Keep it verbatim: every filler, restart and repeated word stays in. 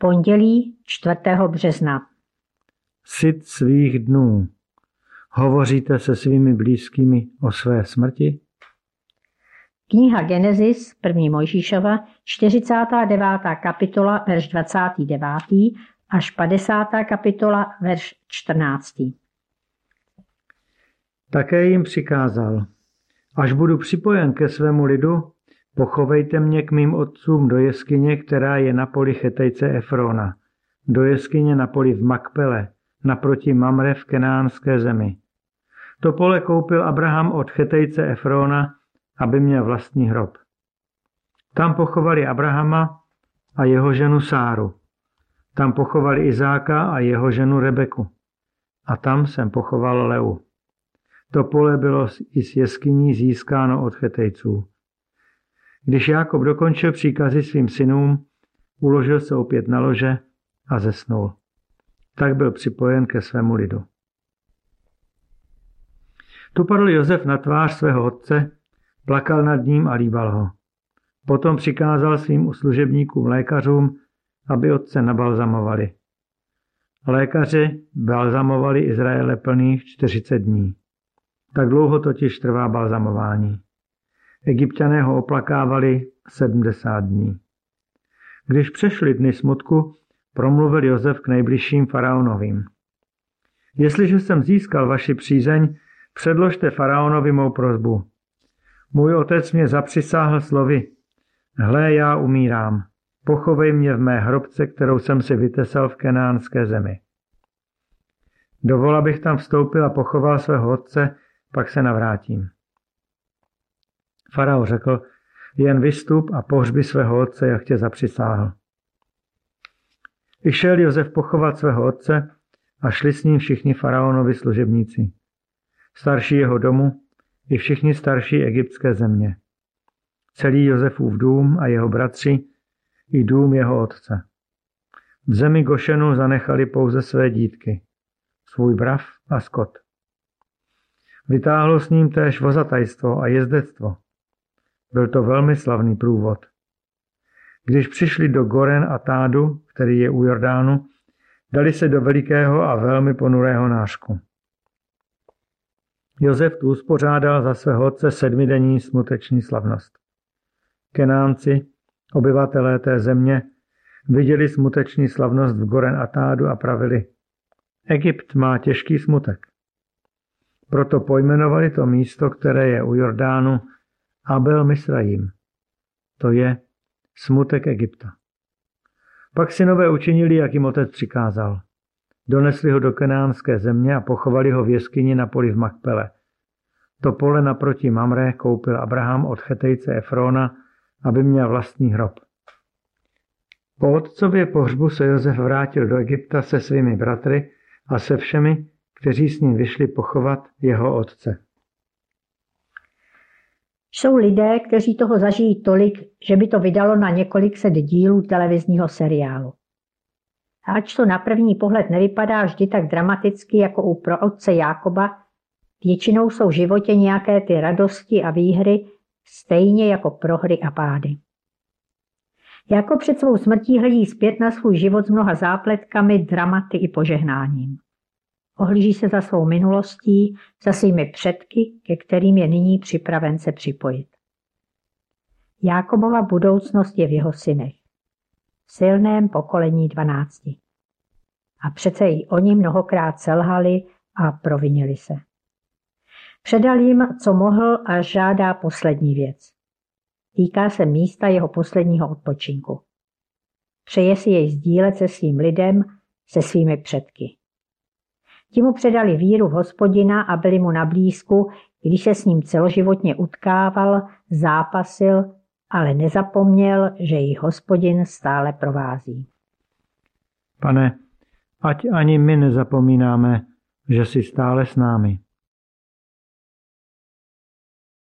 Pondělí čtvrtého března. Syt svých dnů. Hovoříte se svými blízkými o své smrti? Kniha Genesis, první Mojžíšova, čtyřicátá devátá kapitola, verš dvacátý devátý až padesátá kapitola, verš čtrnáctý. Také jim přikázal: až budu připojen ke svému lidu, pochovejte mě k mým otcům do jeskyně, která je na poli Chetejce Efrona, do jeskyně na poli v Makpele, naproti Mamre v kenánské zemi. To pole koupil Abraham od Chetejce Efrona, aby měl vlastní hrob. Tam pochovali Abrahama a jeho ženu Sáru. Tam pochovali Izáka a jeho ženu Rebeku. A tam jsem pochoval Leu. To pole bylo i z jeskyní získáno od Chetejců. Když Jákob dokončil příkazy svým synům, uložil se opět na lože a zesnul. Tak byl připojen ke svému lidu. Tu padl Josef na tvář svého otce, plakal nad ním a líbal ho. Potom přikázal svým uslužebníkům lékařům, aby otce nabalzamovali. Lékaři balzamovali Izraele plných čtyřicet dní. Tak dlouho totiž trvá balzamování. Egypťané ho oplakávali sedmdesát dní. Když přešly dny smutku, promluvil Josef k nejbližším faraonovým. Jestliže jsem získal vaši přízeň, předložte faraonovi mou prosbu. Můj otec mě zapřisáhl slovy: hle, já umírám, pochovej mě v mé hrobce, kterou jsem si vytesal v kenánské zemi. Dovol, abych tam vstoupil a pochoval svého otce, pak se navrátím. Farao řekl: jen vystup a pohřbi svého otce, jak tě zapřisáhl. Vyšel Josef pochovat svého otce a šli s ním všichni faraonovi služebníci. Starší jeho domu i všichni starší egyptské země. Celý Josefův dům a jeho bratři i dům jeho otce. V zemi Gošenu zanechali pouze své dítky, svůj brav a skot. Vytáhlo s ním též vozatajstvo a jezdectvo. Byl to velmi slavný průvod. Když přišli do Goren a Tádu, který je u Jordánu, dali se do velikého a velmi ponurého nášku. Josef tu uspořádal za svého otce sedmidenní smuteční slavnost. Kenánci, obyvatelé té země, viděli smuteční slavnost v Goren a Tádu a pravili: Egypt má těžký smutek. Proto pojmenovali to místo, které je u Jordánu, Abel Misrajim. To je smutek Egypta. Pak synové učinili, jak jim otec přikázal. Donesli ho do kenánské země a pochovali ho v jeskyni na poli v Makpele. To pole naproti Mamre koupil Abraham od Chetejce Efrona, aby měl vlastní hrob. Po otcově pohřbu se Josef vrátil do Egypta se svými bratry a se všemi, kteří s ním vyšli pochovat jeho otce. Jsou lidé, kteří toho zažijí tolik, že by to vydalo na několik set dílů televizního seriálu. A ač to na první pohled nevypadá vždy tak dramaticky jako u praotce Jákoba, většinou jsou v životě nějaké ty radosti a výhry, stejně jako prohry a pády. Jákob před svou smrtí hledí zpět na svůj život s mnoha zápletkami, dramaty i požehnáním. Ohlíží se za svou minulostí, za svými předky, ke kterým je nyní připraven se připojit. Jákobova budoucnost je v jeho synech, v silném pokolení dvanácti. A přece i oni mnohokrát selhali a provinili se. Předal jim, co mohl, a žádá poslední věc. Týká se místa jeho posledního odpočinku. Přeje si jej sdílet se svým lidem, se svými předky. Ti mu předali víru v Hospodina a byli mu na blízku, když se s ním celoživotně utkával, zápasil, ale nezapomněl, že ji Hospodin stále provází. Pane, ať ani my nezapomínáme, že jsi stále s námi.